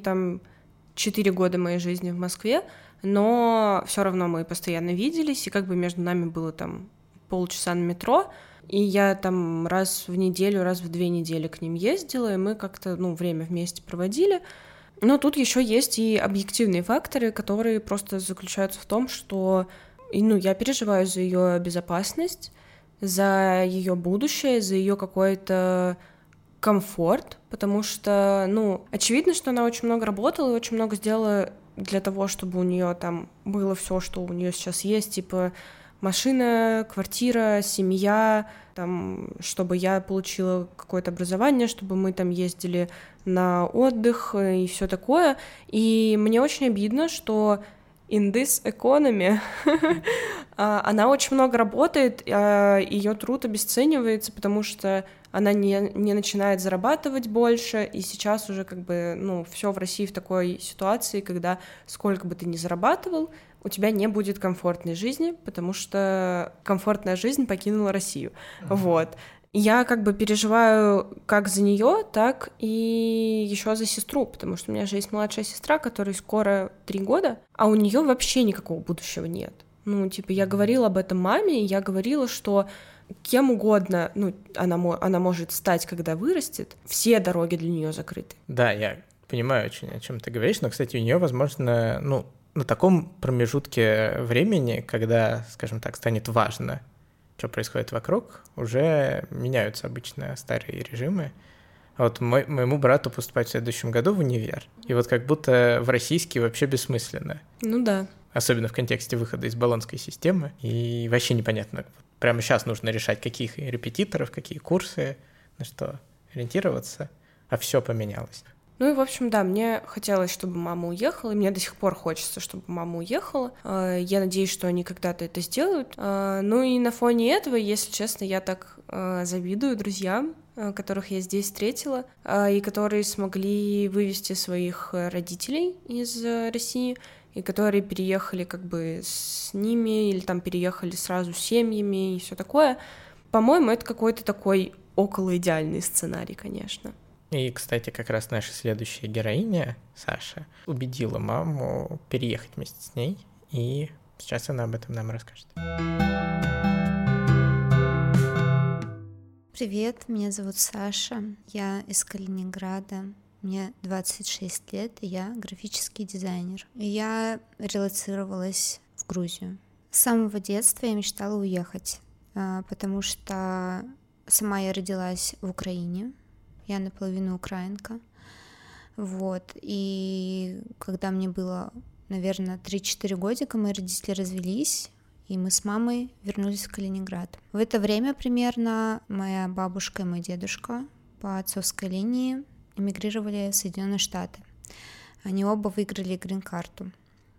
4 года моей жизни в Москве, но все равно мы постоянно виделись, и как бы между нами было полчаса на метро, и я раз в неделю, раз в 2 недели к ним ездила, и мы как-то, время вместе проводили. Но тут еще есть и объективные факторы, которые просто заключаются в том, что, я переживаю за ее безопасность, за ее будущее, за ее какой-то комфорт, потому что, очевидно, что она очень много работала и очень много сделала для того, чтобы у нее было все, что у нее сейчас есть, типа машина, квартира, семья, чтобы я получила какое-то образование, чтобы мы ездили на отдых и все такое. И мне очень обидно, что in this economy, она очень много работает, ее труд обесценивается, потому что она не начинает зарабатывать больше, и сейчас уже как бы, ну, все в России в такой ситуации, когда сколько бы ты ни зарабатывал, у тебя не будет комфортной жизни, потому что комфортная жизнь покинула Россию, вот. Я как бы переживаю как за нее, так и еще за сестру, потому что у меня же есть младшая сестра, которой скоро 3 года, а у нее вообще никакого будущего нет. Ну, типа, я говорила об этом маме, и я говорила, что кем угодно, ну, она может стать, когда вырастет, все дороги для нее закрыты. Да, я понимаю очень, о чем ты говоришь, но, кстати, у нее, возможно, ну, на таком промежутке времени, когда, скажем так, станет важно, что происходит вокруг, уже меняются обычно старые режимы. Вот моему брату поступать в следующем году в универ, и вот как будто в российский вообще бессмысленно. Ну да. Особенно в контексте выхода из болонской системы, и вообще непонятно. Прямо сейчас нужно решать, каких репетиторов, какие курсы, на что ориентироваться, а все поменялось. Ну и, в общем, да, мне хотелось, чтобы мама уехала, и мне до сих пор хочется, чтобы мама уехала. Я надеюсь, что они когда-то это сделают. Ну и на фоне этого, если честно, я так завидую друзьям, которых я здесь встретила, и которые смогли вывести своих родителей из России, и которые переехали как бы с ними, или там переехали сразу с семьями и все такое. По-моему, это какой-то такой околоидеальный сценарий, конечно. И, кстати, как раз наша следующая героиня, Саша, убедила маму переехать вместе с ней, и сейчас она об этом нам расскажет. Привет, меня зовут Саша, я из Калининграда, мне 26 лет, и я графический дизайнер. И я релоцировалась в Грузию. С самого детства я мечтала уехать, потому что сама я родилась в Украине, я наполовину украинка, вот, и когда мне было, наверное, 3-4 годика, мои родители развелись, и мы с мамой вернулись в Калининград. В это время примерно моя бабушка и мой дедушка по отцовской линии эмигрировали в Соединенные Штаты. Они оба выиграли грин-карту.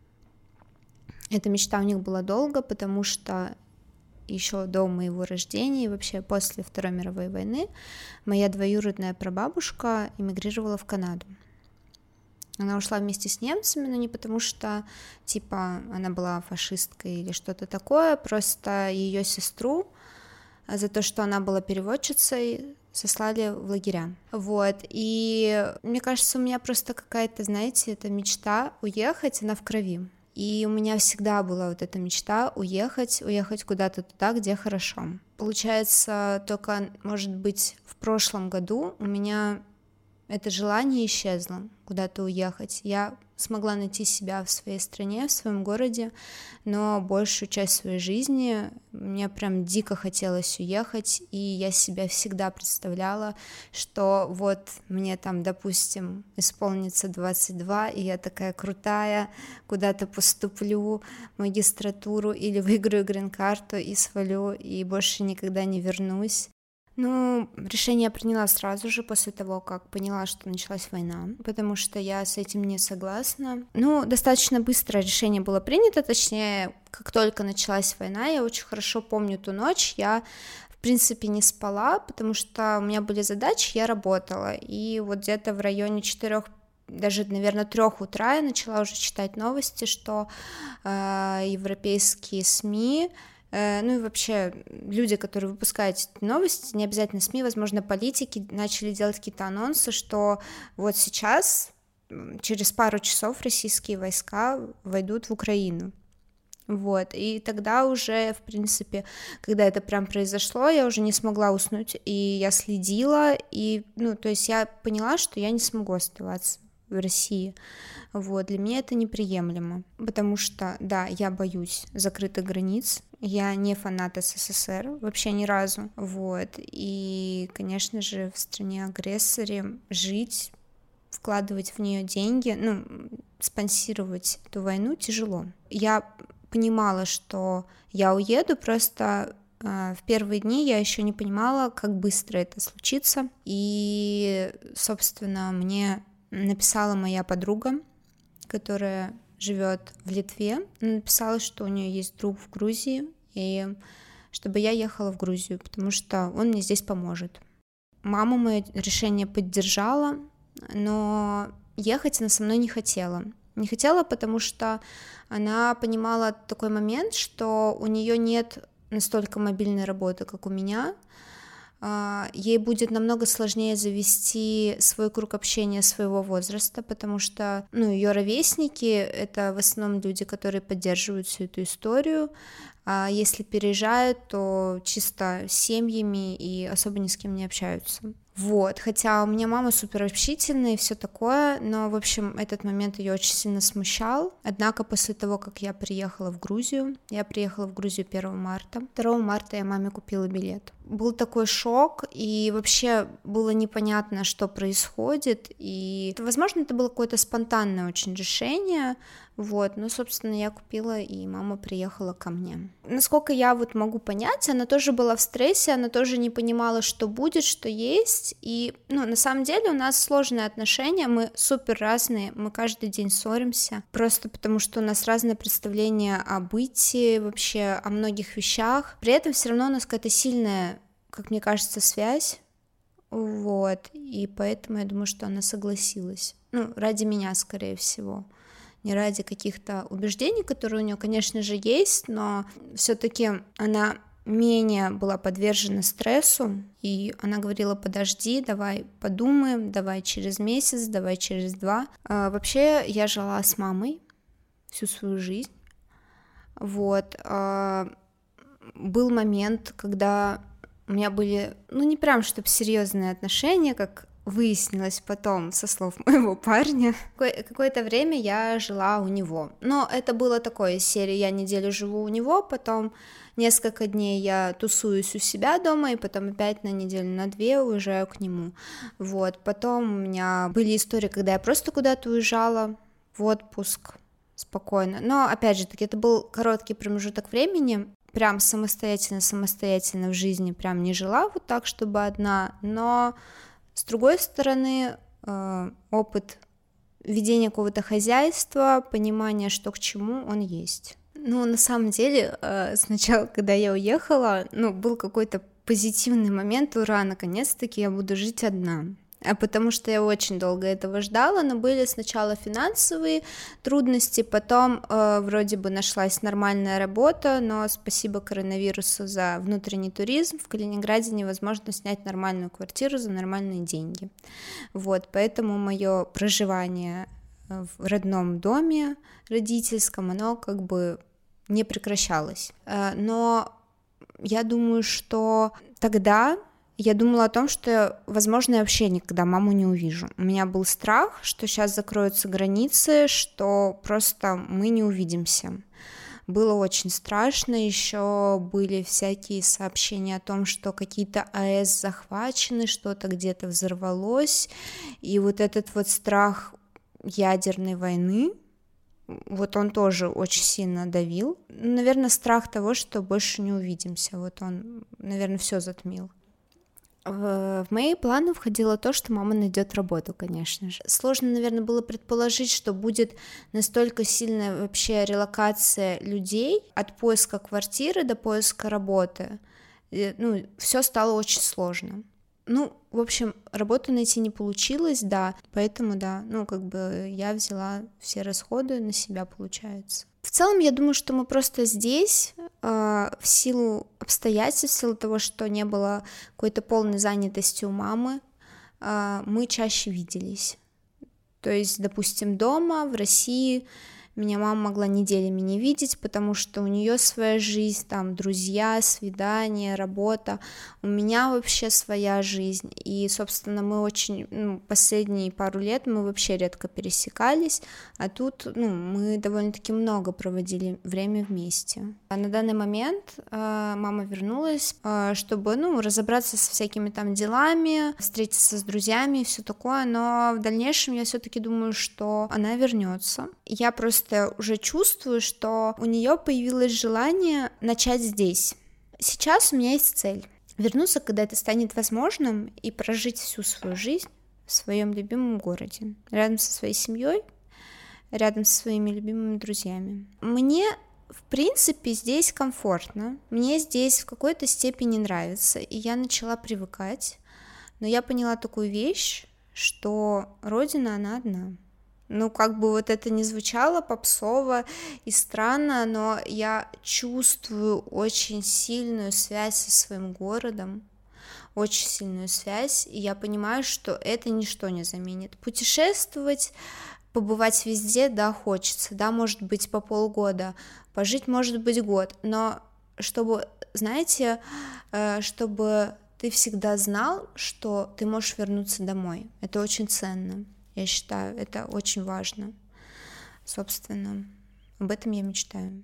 Эта мечта у них была долго, потому что еще до моего рождения и вообще после Второй мировой войны моя двоюродная прабабушка эмигрировала в Канаду. Она ушла вместе с немцами, но не потому что, типа, она была фашисткой или что-то такое, просто ее сестру за то, что она была переводчицей, сослали в лагеря. Вот, и мне кажется, у меня просто какая-то, знаете, эта мечта уехать, она в крови. И у меня всегда была вот эта мечта уехать куда-то туда, где хорошо. Получается, только, может быть, в прошлом году у меня это желание исчезло куда-то уехать. Я смогла найти себя в своей стране, в своем городе, но большую часть своей жизни мне прям дико хотелось уехать, и я себя всегда представляла, что вот мне там, допустим, исполнится 22, и я такая крутая, куда-то поступлю в магистратуру или выиграю грин-карту и свалю, и больше никогда не вернусь. Ну, решение я приняла сразу же после того, как поняла, что началась война, потому что я с этим не согласна. Ну, достаточно быстро решение было принято, точнее, как только началась война, я очень хорошо помню ту ночь, я, в принципе, не спала, потому что у меня были задачи, я работала, и вот где-то в районе 4, даже, наверное, 3 утра я начала уже читать новости, что европейские СМИ, ну и вообще люди, которые выпускают эти новости, не обязательно СМИ, возможно, политики, начали делать какие-то анонсы, что вот сейчас, через пару часов российские войска войдут в Украину. Вот, и тогда уже, в принципе, когда это прям произошло, я уже не смогла уснуть, и я следила, и, ну, то есть я поняла, что я не смогу оставаться в России. Вот, для меня это неприемлемо, потому что, да, я боюсь закрытых границ, я не фанат СССР вообще ни разу, вот, и, конечно же, в стране-агрессоре жить, вкладывать в нее деньги, ну, спонсировать эту войну тяжело. Я понимала, что я уеду, просто в первые дни я еще не понимала, как быстро это случится, и, собственно, мне написала моя подруга, которая живет в Литве. Она написала, что у нее есть друг в Грузии, и чтобы я ехала в Грузию, потому что он мне здесь поможет. Мама мое решение поддержала, но ехать она со мной не хотела. Не хотела, потому что она понимала такой момент, что у нее нет настолько мобильной работы, как у меня. Ей будет намного сложнее завести свой круг общения своего возраста, потому что, ее ровесники — это в основном люди, которые поддерживают всю эту историю, а если переезжают, то чисто с семьями и особо ни с кем не общаются. Вот, хотя у меня мама супер общительная и все такое, но, в общем, этот момент ее очень сильно смущал. Однако после того, как я приехала в Грузию 1 марта, 2 марта я маме купила билет. Был такой шок, и вообще было непонятно, что происходит, и, возможно, это было какое-то спонтанное очень решение, вот, но, собственно, я купила, и мама приехала ко мне. Насколько я вот могу понять, она тоже была в стрессе, она тоже не понимала, что будет, что есть, и, на самом деле у нас сложные отношения, мы супер разные, мы каждый день ссоримся, просто потому что у нас разное представление о быте, вообще о многих вещах, при этом все равно у нас какая-то сильная, как мне кажется, связь, вот, и поэтому я думаю, что она согласилась, ради меня, скорее всего. Не ради каких-то убеждений, которые у нее, конечно же, есть, но все-таки она менее была подвержена стрессу, и она говорила: подожди, давай подумаем, давай через месяц, давай через 2. Вообще, я жила с мамой всю свою жизнь, вот. Был момент, когда у меня были, не прям чтобы серьезные отношения, как выяснилось потом со слов моего парня. Какое-то время я жила у него, но это было такое из серии: я неделю живу у него, потом несколько дней я тусуюсь у себя дома, и потом опять на неделю, на 2 уезжаю к нему. Вот, потом у меня были истории, когда я просто куда-то уезжала в отпуск спокойно, но опять же таки это был короткий промежуток времени, прям самостоятельно в жизни прям не жила вот так, чтобы одна, но с другой стороны, опыт ведения какого-то хозяйства, понимание, что к чему, он есть. На самом деле, сначала, когда я уехала, был какой-то позитивный момент: ура, наконец-таки я буду жить одна. Потому что я очень долго этого ждала, но были сначала финансовые трудности, потом вроде бы нашлась нормальная работа, но спасибо коронавирусу за внутренний туризм, в Калининграде невозможно снять нормальную квартиру за нормальные деньги. Вот, поэтому мое проживание в родном доме родительском, оно как бы не прекращалось. Но я думаю, что тогда я думала о том, что, возможно, я вообще никогда маму не увижу. У меня был страх, что сейчас закроются границы, что просто мы не увидимся. Было очень страшно, еще были всякие сообщения о том, что какие-то АЭС захвачены, что-то где-то взорвалось, и вот этот вот страх ядерной войны, вот он тоже очень сильно давил. Наверное, страх того, что больше не увидимся, вот он, наверное, все затмил. В мои планы входило то, что мама найдет работу, конечно же. Сложно, наверное, было предположить, что будет настолько сильная вообще релокация людей от поиска квартиры до поиска работы. Все стало очень сложно. В общем, работу найти не получилось, да, поэтому, да, я взяла все расходы на себя, получается. В целом, я думаю, что мы просто здесь, в силу обстоятельств, в силу того, что не было какой-то полной занятости у мамы, мы чаще виделись. То есть, допустим, дома, в России, меня мама могла неделями не видеть, потому что у нее своя жизнь, там друзья, свидания, работа, у меня вообще своя жизнь, и, собственно, мы очень, последние пару лет мы вообще редко пересекались, а тут, мы довольно-таки много проводили время вместе. А на данный момент мама вернулась, чтобы, разобраться со всякими там делами, встретиться с друзьями и все такое, но в дальнейшем я все-таки думаю, что она вернется. Я просто уже чувствую, что у нее появилось желание начать здесь. Сейчас у меня есть цель вернуться, когда это станет возможным, и прожить всю свою жизнь в своем любимом городе, рядом со своей семьей, рядом со своими любимыми друзьями. Мне, в принципе, здесь комфортно, мне здесь в какой-то степени нравится, и я начала привыкать, но я поняла такую вещь, что родина, она одна. Ну, как бы вот это ни звучало попсово и странно, но я чувствую очень сильную связь со своим городом, очень сильную связь, и я понимаю, что это ничто не заменит. Путешествовать, побывать везде, да, хочется, да, может быть, по полгода, пожить, может быть, год, но чтобы, знаете, чтобы ты всегда знал, что ты можешь вернуться домой, это очень ценно, я считаю, это очень важно, собственно, об этом я мечтаю.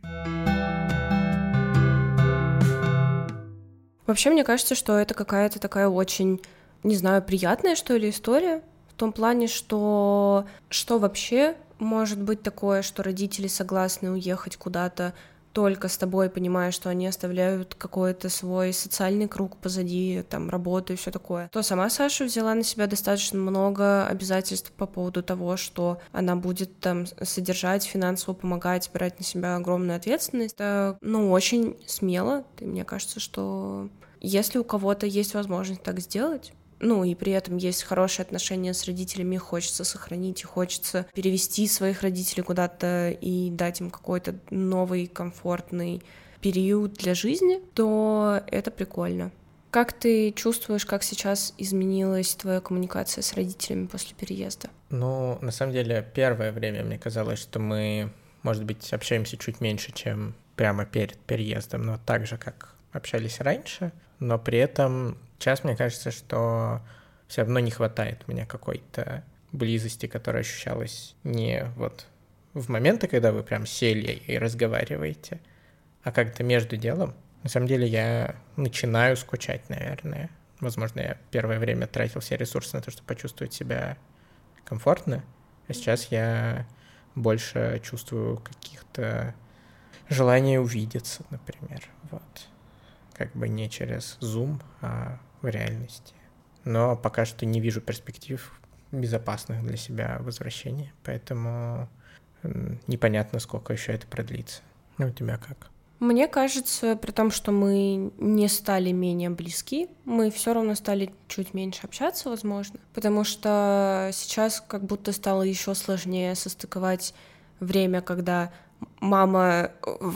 Вообще, мне кажется, что это какая-то такая очень, не знаю, приятная, что ли, история, в том плане, что вообще может быть такое, что родители согласны уехать куда-то только с тобой, понимая, что они оставляют какой-то свой социальный круг позади, там, работу и все такое. То сама Саша взяла на себя достаточно много обязательств по поводу того, что она будет там содержать, финансово помогать, брать на себя огромную ответственность. Это, очень смело. И мне кажется, что если у кого-то есть возможность так сделать, и при этом есть хорошие отношения с родителями, их хочется сохранить, и хочется перевести своих родителей куда-то и дать им какой-то новый комфортный период для жизни, то это прикольно. Как ты чувствуешь, как сейчас изменилась твоя коммуникация с родителями после переезда? На самом деле, первое время мне казалось, что мы, может быть, общаемся чуть меньше, чем прямо перед переездом, но так же, как общались раньше, но при этом сейчас мне кажется, что все равно не хватает у меня какой-то близости, которая ощущалась не вот в моменты, когда вы прям сели и разговариваете, а как-то между делом. На самом деле я начинаю скучать, наверное. Возможно, я первое время тратил все ресурсы на то, чтобы почувствовать себя комфортно, а сейчас я больше чувствую каких-то желаний увидеться, например, вот. Как бы не через Zoom, а в реальности. Но пока что не вижу перспектив безопасных для себя возвращения, поэтому непонятно, сколько еще это продлится. У тебя как? Мне кажется, при том, что мы не стали менее близки, мы все равно стали чуть меньше общаться, возможно, потому что сейчас как будто стало еще сложнее состыковать время, когда мама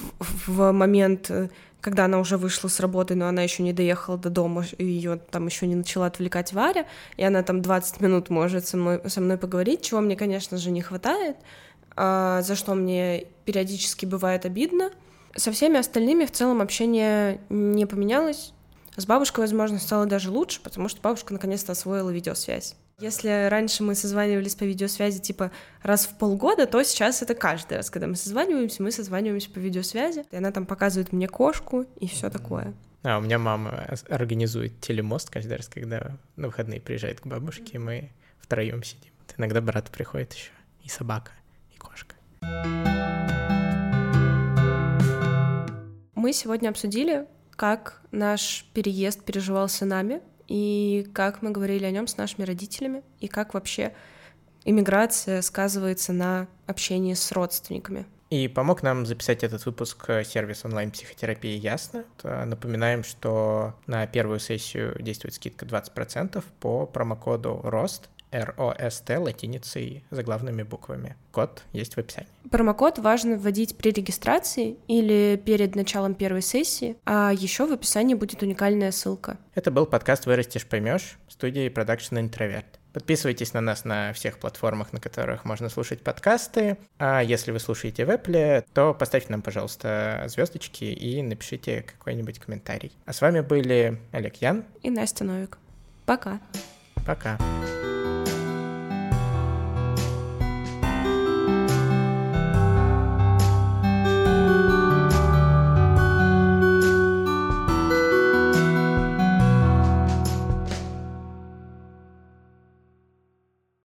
в момент, когда она уже вышла с работы, но она еще не доехала до дома, и ее там еще не начала отвлекать Варя, и она там 20 минут может со мной поговорить, чего мне, конечно же, не хватает, за что мне периодически бывает обидно. Со всеми остальными в целом общение не поменялось. С бабушкой, возможно, стало даже лучше, потому что бабушка наконец-то освоила видеосвязь. Если раньше мы созванивались по видеосвязи типа раз в полгода, то сейчас это каждый раз, когда мы созваниваемся по видеосвязи, и она там показывает мне кошку и все такое. У меня мама организует телемост каждый раз, когда на выходные приезжает к бабушке, и мы втроем сидим. Иногда брат приходит еще, и собака, и кошка. Мы сегодня обсудили, как наш переезд переживался нами, и как мы говорили о нем с нашими родителями, и как вообще иммиграция сказывается на общении с родственниками. И помог нам записать этот выпуск сервис онлайн-психотерапии «Ясно». Напоминаем, что на первую сессию действует скидка 20% по промокоду ROST, ROST латиницей заглавными буквами. Код есть в описании. Промокод важно вводить при регистрации или перед началом первой сессии, а еще в описании будет уникальная ссылка. Это был подкаст «Вырастешь, поймешь» студии Production Introvert. Подписывайтесь на нас на всех платформах, на которых можно слушать подкасты. А если вы слушаете в Apple, то поставьте нам, пожалуйста, звездочки и напишите какой-нибудь комментарий. А с вами были Олег Ян и Настя Новик. Пока. Пока.